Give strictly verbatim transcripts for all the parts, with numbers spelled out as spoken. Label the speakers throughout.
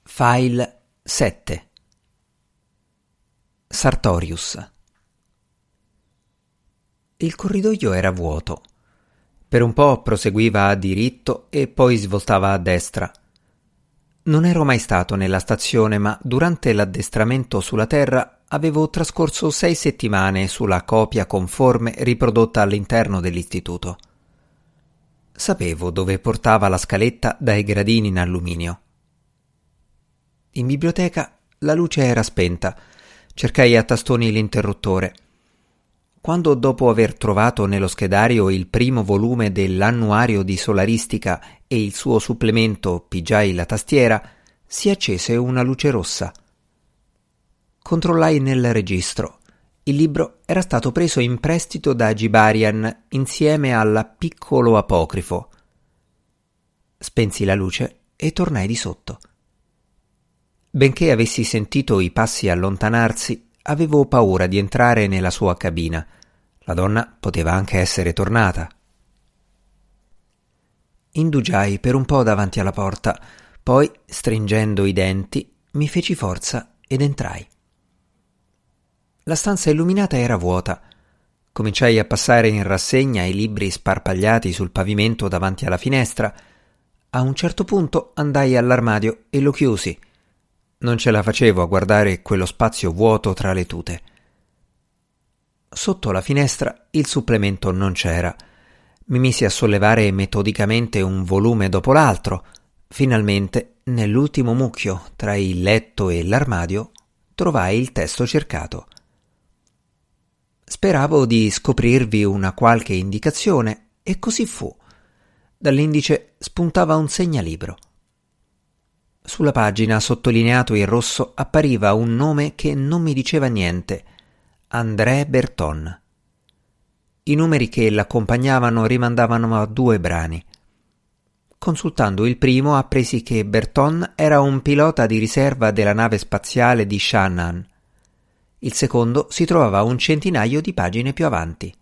Speaker 1: File sette. Sartorius. Il corridoio era vuoto. Per un po' proseguiva a diritto e poi svoltava a destra. Non ero mai stato nella stazione, ma durante l'addestramento sulla Terra avevo trascorso sei settimane sulla copia conforme riprodotta all'interno dell'istituto. Sapevo dove portava la scaletta dai gradini in alluminio. In biblioteca la luce era spenta. Cercai a tastoni l'interruttore. Quando, dopo aver trovato nello schedario il primo volume dell'annuario di solaristica e il suo supplemento, pigiai la tastiera, si accese una luce rossa. Controllai nel registro. Il libro era stato preso in prestito da Gibarian insieme al Piccolo Apocrifo. Spensi la luce e tornai di sotto. Benché avessi sentito i passi allontanarsi, avevo paura di entrare nella sua cabina. La donna poteva anche essere tornata. Indugiai per un po' davanti alla porta, poi, stringendo i denti, mi feci forza ed entrai. La stanza illuminata era vuota. Cominciai a passare in rassegna i libri sparpagliati sul pavimento davanti alla finestra. A un certo punto andai all'armadio e lo chiusi. Non ce la facevo a guardare quello spazio vuoto tra le tute. Sotto la finestra il supplemento non c'era. Mi misi a sollevare metodicamente un volume dopo l'altro. Finalmente, nell'ultimo mucchio tra il letto e l'armadio, trovai il testo cercato. Speravo di scoprirvi una qualche indicazione, e così fu. Dall'indice spuntava un segnalibro. Sulla pagina, sottolineato in rosso, appariva un nome che non mi diceva niente: André Berton. I numeri che l'accompagnavano rimandavano a due brani. Consultando il primo, appresi che Berton era un pilota di riserva della nave spaziale di Shannon. Il secondo si trovava un centinaio di pagine più avanti.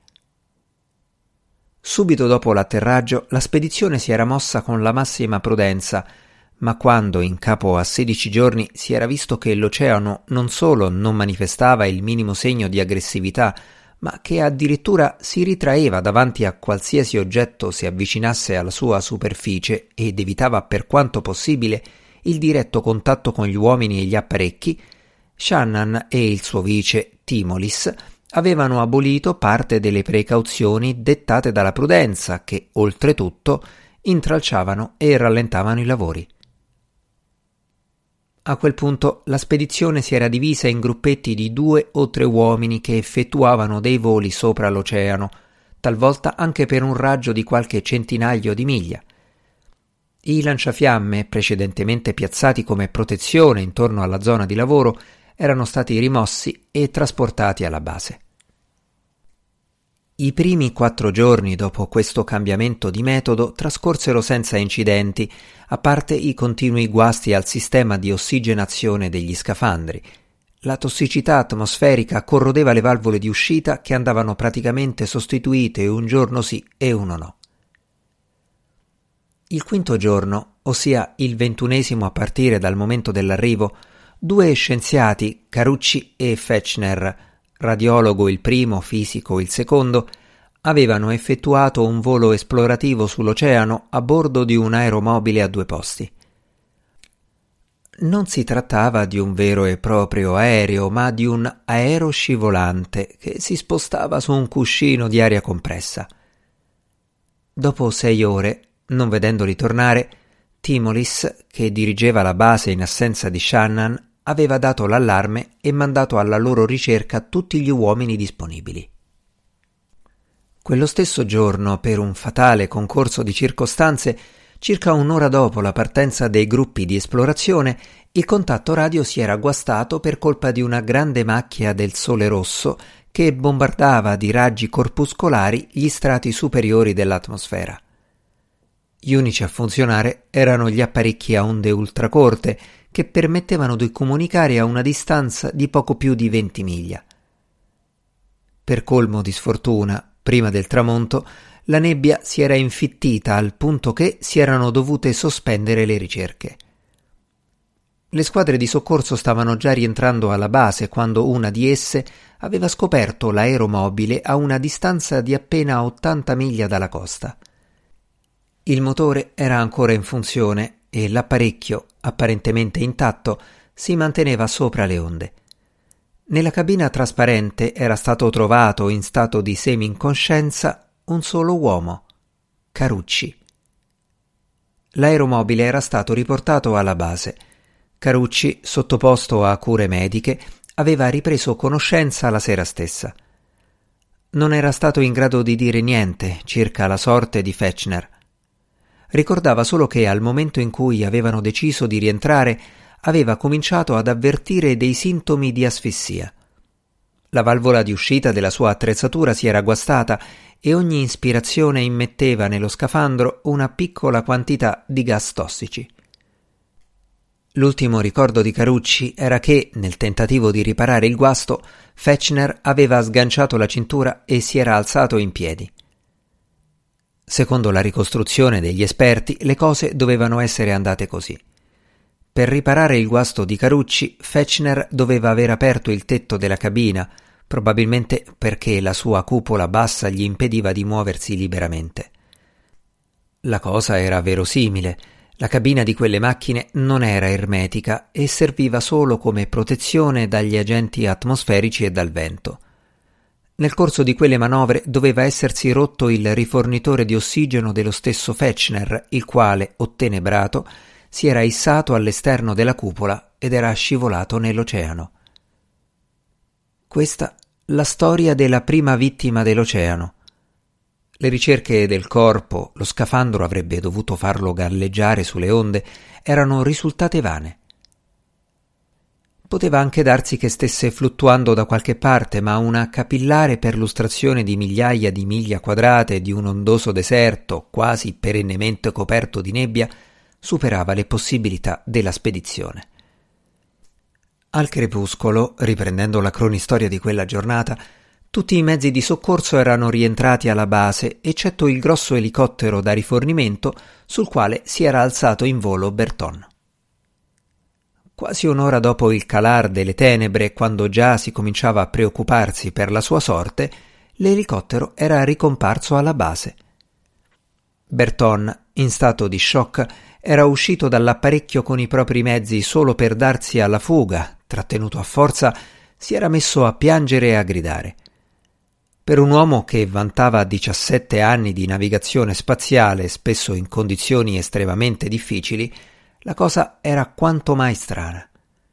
Speaker 1: Subito dopo l'atterraggio, la spedizione si era mossa con la massima prudenza, ma quando in capo a sedici giorni si era visto che l'oceano non solo non manifestava il minimo segno di aggressività, ma che addirittura si ritraeva davanti a qualsiasi oggetto si avvicinasse alla sua superficie ed evitava per quanto possibile il diretto contatto con gli uomini e gli apparecchi, Shannon e il suo vice Timolis avevano abolito parte delle precauzioni dettate dalla prudenza che, oltretutto, intralciavano e rallentavano i lavori. A quel punto la spedizione si era divisa in gruppetti di due o tre uomini che effettuavano dei voli sopra l'oceano, talvolta anche per un raggio di qualche centinaio di miglia. I lanciafiamme, precedentemente piazzati come protezione intorno alla zona di lavoro, erano stati rimossi e trasportati alla base. I primi quattro giorni dopo questo cambiamento di metodo trascorsero senza incidenti, a parte i continui guasti al sistema di ossigenazione degli scafandri. La tossicità atmosferica corrodeva le valvole di uscita che andavano praticamente sostituite un giorno sì e uno no. Il quinto giorno, ossia il ventunesimo a partire dal momento dell'arrivo, due scienziati, Carucci e Fechner, radiologo il primo, fisico il secondo, avevano effettuato un volo esplorativo sull'oceano a bordo di un aeromobile a due posti. Non si trattava di un vero e proprio aereo, ma di un aeroscivolante che si spostava su un cuscino di aria compressa. Dopo sei ore, non vedendoli tornare, Timolis, che dirigeva la base in assenza di Shannon, aveva dato l'allarme e mandato alla loro ricerca tutti gli uomini disponibili. Quello stesso giorno, per un fatale concorso di circostanze, circa un'ora dopo la partenza dei gruppi di esplorazione, il contatto radio si era guastato per colpa di una grande macchia del sole rosso che bombardava di raggi corpuscolari gli strati superiori dell'atmosfera. Gli unici a funzionare erano gli apparecchi a onde ultracorte, che permettevano di comunicare a una distanza di poco più di venti miglia. Per colmo di sfortuna, prima del tramonto, la nebbia si era infittita al punto che si erano dovute sospendere le ricerche. Le squadre di soccorso stavano già rientrando alla base quando una di esse aveva scoperto l'aeromobile a una distanza di appena ottanta miglia dalla costa. Il motore era ancora in funzione e l'apparecchio, apparentemente intatto, si manteneva sopra le onde. Nella cabina trasparente era stato trovato in stato di semi-incoscienza un solo uomo, Carucci. L'aeromobile era stato riportato alla base. Carucci, sottoposto a cure mediche, aveva ripreso conoscenza la sera stessa. Non era stato in grado di dire niente circa la sorte di Fechner. Ricordava solo che al momento in cui avevano deciso di rientrare aveva cominciato ad avvertire dei sintomi di asfissia. La valvola di uscita della sua attrezzatura si era guastata e ogni ispirazione immetteva nello scafandro una piccola quantità di gas tossici. L'ultimo ricordo di Carucci era che, nel tentativo di riparare il guasto, Fechner aveva sganciato la cintura e si era alzato in piedi. Secondo la ricostruzione degli esperti, le cose dovevano essere andate così. Per riparare il guasto di Carucci, Fechner doveva aver aperto il tetto della cabina, probabilmente perché la sua cupola bassa gli impediva di muoversi liberamente. La cosa era verosimile. La cabina di quelle macchine non era ermetica e serviva solo come protezione dagli agenti atmosferici e dal vento. Nel corso di quelle manovre doveva essersi rotto il rifornitore di ossigeno dello stesso Fechner, il quale, ottenebrato, si era issato all'esterno della cupola ed era scivolato nell'oceano. Questa la storia della prima vittima dell'oceano. Le ricerche del corpo, lo scafandro avrebbe dovuto farlo galleggiare sulle onde, erano risultate vane. Poteva anche darsi che stesse fluttuando da qualche parte, ma una capillare perlustrazione di migliaia di miglia quadrate di un ondoso deserto, quasi perennemente coperto di nebbia, superava le possibilità della spedizione. Al crepuscolo, riprendendo la cronistoria di quella giornata, tutti i mezzi di soccorso erano rientrati alla base, eccetto il grosso elicottero da rifornimento sul quale si era alzato in volo Berton. Quasi un'ora dopo il calar delle tenebre, quando già si cominciava a preoccuparsi per la sua sorte, l'elicottero era ricomparso alla base. Berton, in stato di shock, era uscito dall'apparecchio con i propri mezzi solo per darsi alla fuga, trattenuto a forza, si era messo a piangere e a gridare. Per un uomo che vantava diciassette anni di navigazione spaziale, spesso in condizioni estremamente difficili, la cosa era quanto mai strana.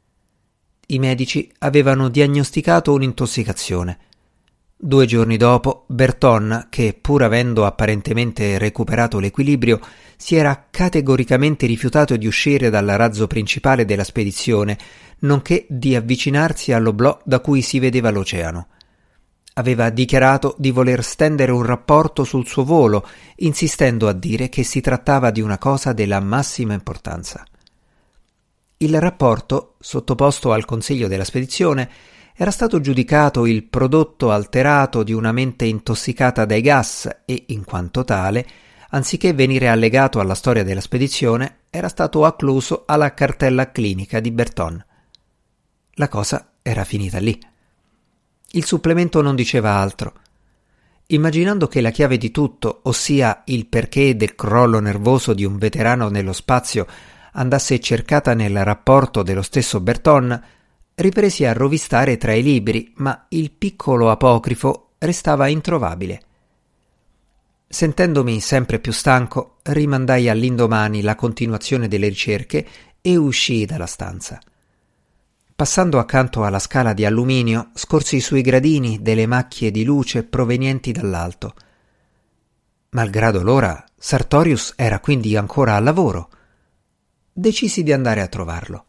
Speaker 1: I medici avevano diagnosticato un'intossicazione. Due giorni dopo, Berton, che pur avendo apparentemente recuperato l'equilibrio, si era categoricamente rifiutato di uscire dal razzo principale della spedizione, nonché di avvicinarsi all'oblò da cui si vedeva l'oceano. Aveva dichiarato di voler stendere un rapporto sul suo volo, insistendo a dire che si trattava di una cosa della massima importanza. Il rapporto, sottoposto al consiglio della spedizione, era stato giudicato il prodotto alterato di una mente intossicata dai gas e, in quanto tale, anziché venire allegato alla storia della spedizione, era stato accluso alla cartella clinica di Berton. La cosa era finita lì. Il supplemento non diceva altro. Immaginando che la chiave di tutto, ossia il perché del crollo nervoso di un veterano nello spazio, andasse cercata nel rapporto dello stesso Berton, ripresi a rovistare tra i libri, ma il piccolo apocrifo restava introvabile. Sentendomi sempre più stanco, rimandai all'indomani la continuazione delle ricerche e uscii dalla stanza. Passando accanto alla scala di alluminio, scorsi sui gradini delle macchie di luce provenienti dall'alto. Malgrado l'ora, Sartorius era quindi ancora al lavoro. Decisi di andare a trovarlo.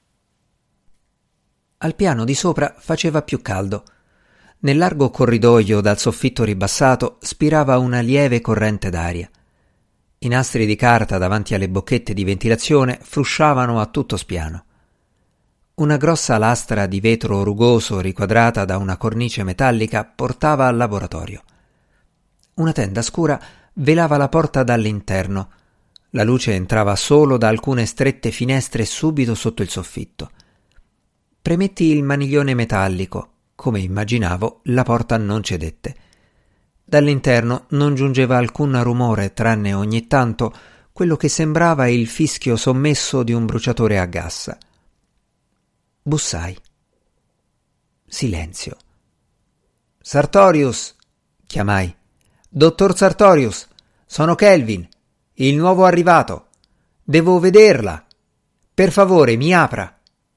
Speaker 1: Al piano di sopra faceva più caldo. Nel largo corridoio dal soffitto ribassato spirava una lieve corrente d'aria. I nastri di carta davanti alle bocchette di ventilazione frusciavano a tutto spiano. Una grossa lastra di vetro rugoso riquadrata da una cornice metallica portava al laboratorio. Una tenda scura velava la porta dall'interno. La luce entrava solo da alcune strette finestre subito sotto il soffitto. Premetti il maniglione metallico. Come immaginavo, la porta non cedette. Dall'interno non giungeva alcun rumore, tranne ogni tanto quello che sembrava il fischio sommesso di un bruciatore a gas. Bussai. Silenzio. Sartorius! Chiamai. Dottor Sartorius! Sono Kelvin, il nuovo arrivato. Devo vederla. Per favore, mi apra.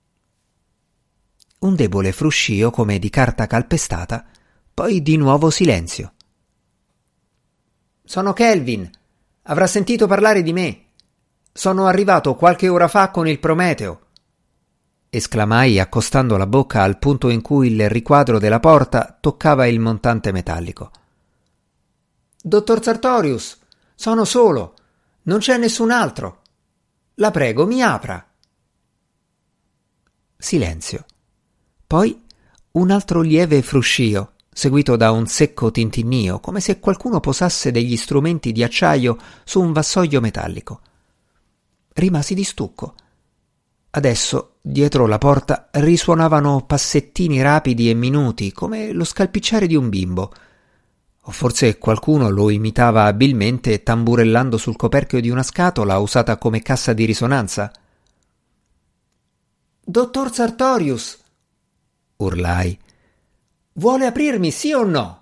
Speaker 1: Un debole fruscio come di carta calpestata, poi di nuovo silenzio. Sono Kelvin. Avrà sentito parlare di me. Sono arrivato qualche ora fa con il Prometeo. Esclamai accostando la bocca al punto in cui il riquadro della porta toccava il montante metallico. Dottor Sartorius, sono solo. Non c'è nessun altro. La prego, mi apra. Silenzio. Poi un altro lieve fruscio, seguito da un secco tintinnio, come se qualcuno posasse degli strumenti di acciaio su un vassoio metallico. Rimasi di stucco. Adesso, dietro la porta, risuonavano passettini rapidi e minuti, come lo scalpicciare di un bimbo. O forse qualcuno lo imitava abilmente tamburellando sul coperchio di una scatola usata come cassa di risonanza. Dottor Sartorius! Urlai. Vuole aprirmi, sì o no?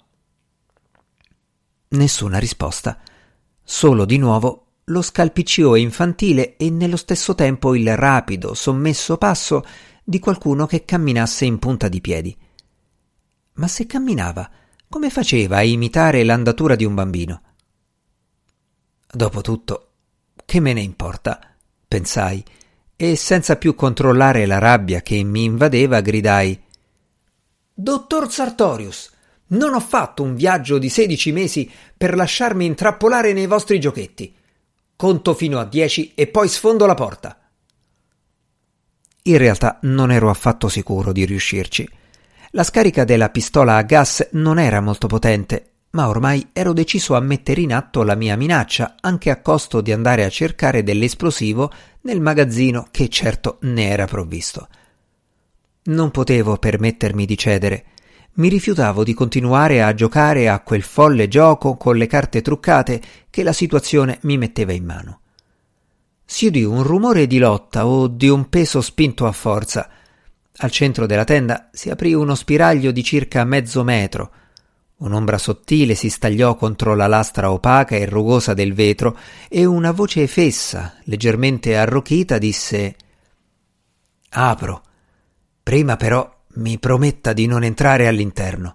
Speaker 1: Nessuna risposta. Solo di nuovo lo scalpiccio infantile e nello stesso tempo il rapido, sommesso passo di qualcuno che camminasse in punta di piedi. Ma se camminava, come faceva a imitare l'andatura di un bambino? Dopotutto, che me ne importa, pensai, e senza più controllare la rabbia che mi invadeva gridai: Dottor Sartorius, non ho fatto un viaggio di sedici mesi per lasciarmi intrappolare nei vostri giochetti. Conto fino a dieci e poi sfondo la porta. In realtà non ero affatto sicuro di riuscirci. La scarica della pistola a gas non era molto potente, ma ormai ero deciso a mettere in atto la mia minaccia, anche a costo di andare a cercare dell'esplosivo nel magazzino che certo ne era provvisto. Non potevo permettermi di cedere. Mi rifiutavo di continuare a giocare a quel folle gioco con le carte truccate che la situazione mi metteva in mano. Si udì un rumore di lotta o di un peso spinto a forza. Al centro della tenda si aprì uno spiraglio di circa mezzo metro. Un'ombra sottile si stagliò contro la lastra opaca e rugosa del vetro e una voce fessa, leggermente arrochita, disse: «Apro. Prima però mi prometta di non entrare all'interno».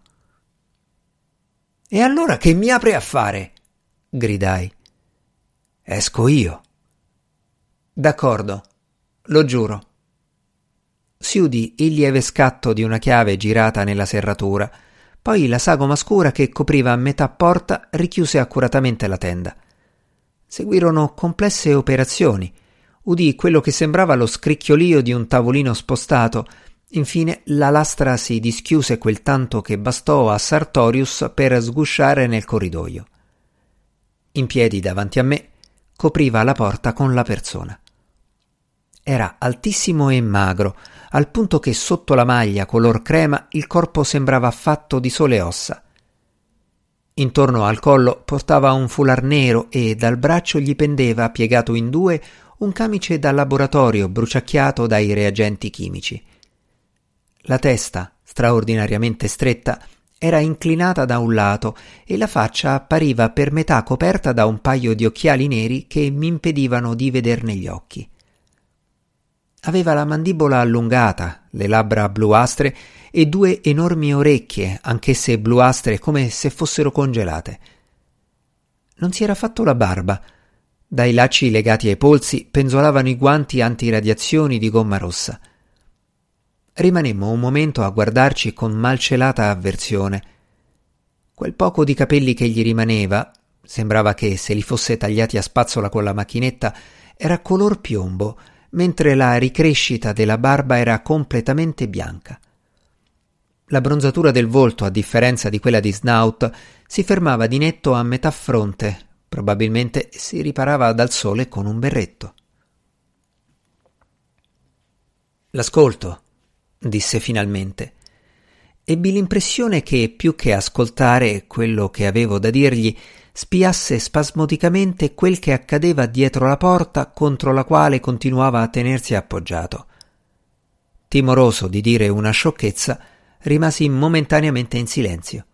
Speaker 1: «E allora che mi apre a fare?» gridai. «Esco io». «D'accordo, lo giuro». Si udì il lieve scatto di una chiave girata nella serratura, poi la sagoma scura che copriva a metà porta richiuse accuratamente la tenda. Seguirono complesse operazioni. Udì quello che sembrava lo scricchiolio di un tavolino spostato. Infine la lastra si dischiuse quel tanto che bastò a Sartorius per sgusciare nel corridoio. In piedi davanti a me, copriva la porta con la persona. Era altissimo e magro, al punto che sotto la maglia color crema il corpo sembrava fatto di sole ossa. Intorno al collo portava un foulard nero e dal braccio gli pendeva, piegato in due, un camice da laboratorio bruciacchiato dai reagenti chimici. La testa, straordinariamente stretta, era inclinata da un lato e la faccia appariva per metà coperta da un paio di occhiali neri che mi impedivano di vederne gli occhi. Aveva la mandibola allungata, le labbra bluastre e due enormi orecchie, anch'esse bluastre come se fossero congelate. Non si era fatto la barba. Dai lacci legati ai polsi penzolavano i guanti antiradiazioni di gomma rossa. Rimanemmo un momento a guardarci con malcelata avversione. Quel poco di capelli che gli rimaneva, sembrava che se li fosse tagliati a spazzola con la macchinetta, era color piombo, mentre la ricrescita della barba era completamente bianca. La bronzatura del volto, a differenza di quella di Snout, si fermava di netto a metà fronte, Probabilmente si riparava dal sole con un berretto. «L'ascolto», disse finalmente. Ebbi l'impressione che, più che ascoltare quello che avevo da dirgli, spiasse spasmodicamente quel che accadeva dietro la porta contro la quale continuava a tenersi appoggiato. Timoroso di dire una sciocchezza, rimasi momentaneamente in silenzio.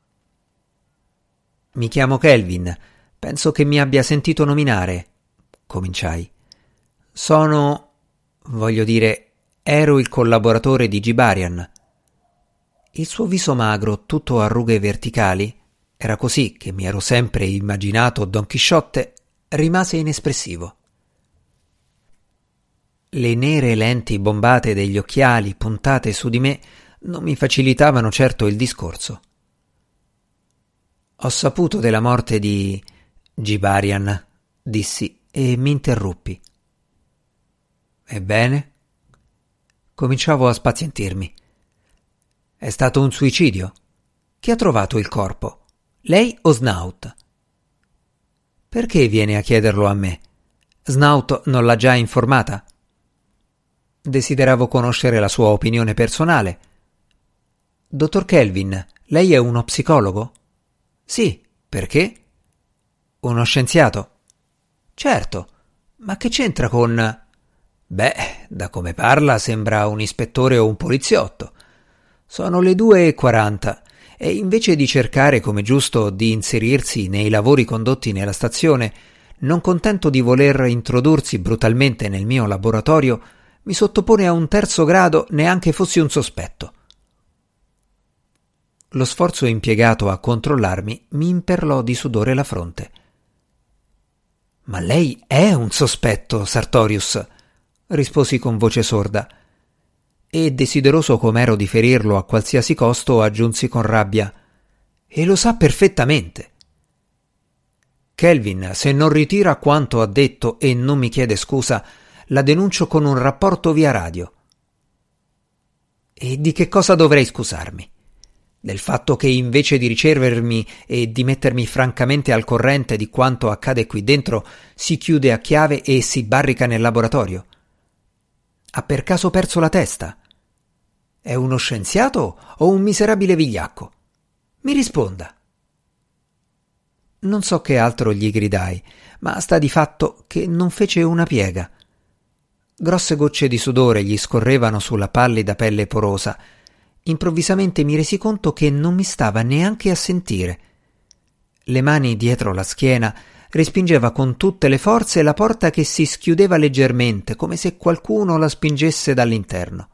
Speaker 1: «Mi chiamo Kelvin. Penso che mi abbia sentito nominare», cominciai. «Sono, voglio dire, ero il collaboratore di Gibarian». Il suo viso magro, tutto a rughe verticali, era così che mi ero sempre immaginato Don Chisciotte, rimase inespressivo. Le nere lenti bombate degli occhiali puntate su di me non mi facilitavano certo il discorso. «Ho saputo della morte di Gibarian», dissi e mi interruppi. «Ebbene?» Cominciavo a spazientirmi. «È stato un suicidio? Chi ha trovato il corpo? Lei o Snout?» «Perché viene a chiederlo a me? Snout non l'ha già informata?» «Desideravo conoscere la sua opinione personale». «Dottor Kelvin, lei è uno psicologo?» «Sì, perché?» «Uno scienziato?» «Certo, ma che c'entra con...» «Beh, da come parla sembra un ispettore o un poliziotto. Sono le due e quaranta e invece di cercare come giusto di inserirsi nei lavori condotti nella stazione, non contento di voler introdursi brutalmente nel mio laboratorio, mi sottopone a un terzo grado neanche fossi un sospetto». Lo sforzo impiegato a controllarmi mi imperlò di sudore la fronte. «Ma lei è un sospetto, Sartorius», risposi con voce sorda. E, desideroso com'ero di ferirlo a qualsiasi costo, aggiunsi con rabbia: «E lo sa perfettamente». «Kelvin, se non ritira quanto ha detto e non mi chiede scusa, la denuncio con un rapporto via radio». «E di che cosa dovrei scusarmi? Del fatto che invece di ricevermi e di mettermi francamente al corrente di quanto accade qui dentro, si chiude a chiave e si barrica nel laboratorio? Ha per caso perso la testa? È uno scienziato o un miserabile vigliacco? Mi risponda». Non so che altro gli gridai, ma sta di fatto che non fece una piega. Grosse gocce di sudore gli scorrevano sulla pallida pelle porosa. Improvvisamente mi resi conto che non mi stava neanche a sentire. Le mani dietro la schiena respingeva con tutte le forze la porta che si schiudeva leggermente, come se qualcuno la spingesse dall'interno.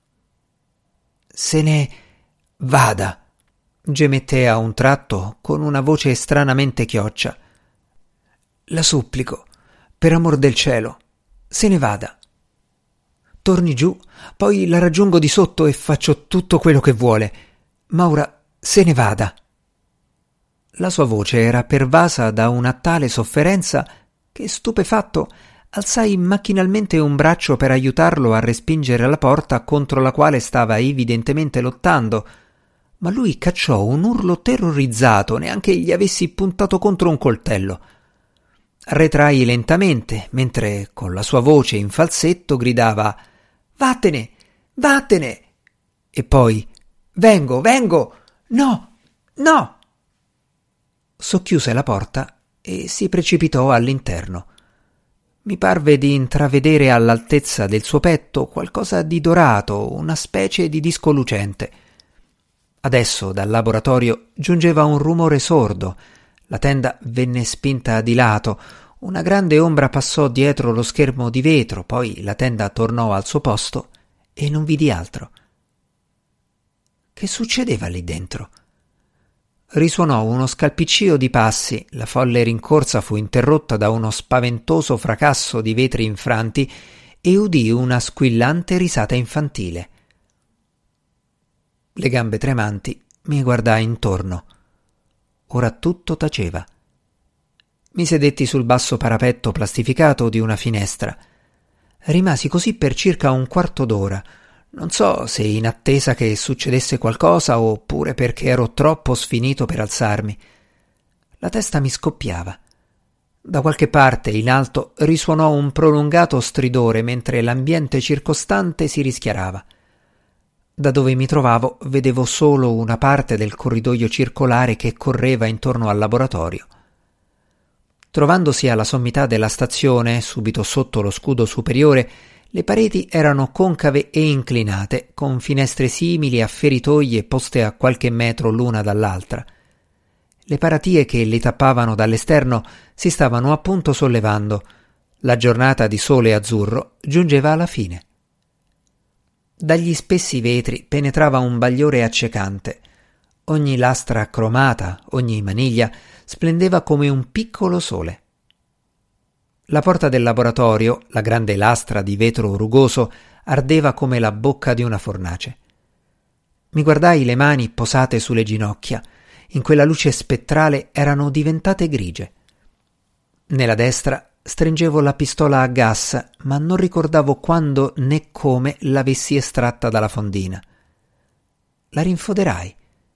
Speaker 1: «Se ne vada», gemette a un tratto con una voce stranamente chioccia. «La supplico, per amor del cielo, se ne vada. Torni giù, poi la raggiungo di sotto e faccio tutto quello che vuole, ma ora se ne vada». La sua voce era pervasa da una tale sofferenza che, stupefatto, alzai macchinalmente un braccio per aiutarlo a respingere la porta contro la quale stava evidentemente lottando, ma lui cacciò un urlo terrorizzato, neanche gli avessi puntato contro un coltello. Retrai lentamente, mentre con la sua voce in falsetto gridava: «Vattene, vattene!» E poi: «Vengo, vengo! No, no!» Socchiuse la porta e si precipitò all'interno. Mi parve di intravedere all'altezza del suo petto qualcosa di dorato, una specie di disco lucente. Adesso dal laboratorio giungeva un rumore sordo. La tenda venne spinta di lato, una grande ombra passò dietro lo schermo di vetro, poi la tenda tornò al suo posto e non vidi altro. Che succedeva lì dentro? Risuonò uno scalpiccio di passi, la folle rincorsa fu interrotta da uno spaventoso fracasso di vetri infranti e udì una squillante risata infantile. Le gambe tremanti mi guardai intorno. Ora tutto taceva. Mi sedetti sul basso parapetto plastificato di una finestra. Rimasi così per circa un quarto d'ora. Non so se in attesa che succedesse qualcosa oppure perché ero troppo sfinito per alzarmi. La testa mi scoppiava. Da qualche parte in alto risuonò un prolungato stridore mentre l'ambiente circostante si rischiarava. Da dove mi trovavo vedevo solo una parte del corridoio circolare che correva intorno al laboratorio. Trovandosi alla sommità della stazione, subito sotto lo scudo superiore, le pareti erano concave e inclinate, con finestre simili a feritoie poste a qualche metro l'una dall'altra. Le paratie che li tappavano dall'esterno si stavano appunto sollevando. La giornata di sole azzurro giungeva alla fine. Dagli spessi vetri penetrava un bagliore accecante. Ogni lastra cromata, ogni maniglia, splendeva come un piccolo sole. La porta del laboratorio, la grande lastra di vetro rugoso, ardeva come la bocca di una fornace. Mi guardai le mani posate sulle ginocchia. In quella luce spettrale erano diventate grigie. Nella destra stringevo la pistola a gas, ma non ricordavo quando né come l'avessi estratta dalla fondina. La rinfoderai.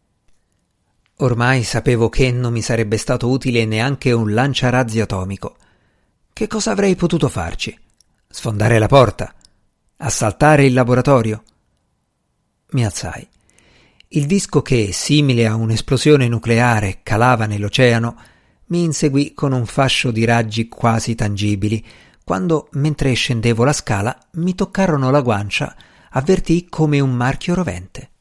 Speaker 1: Ormai sapevo che non mi sarebbe stato utile neanche un lanciarazzi atomico. Che cosa avrei potuto farci? Sfondare la porta? Assaltare il laboratorio? Mi alzai. Il disco che, simile a un'esplosione nucleare, calava nell'oceano, mi inseguì con un fascio di raggi quasi tangibili, quando, mentre scendevo la scala, mi toccarono la guancia, avvertii come un marchio rovente.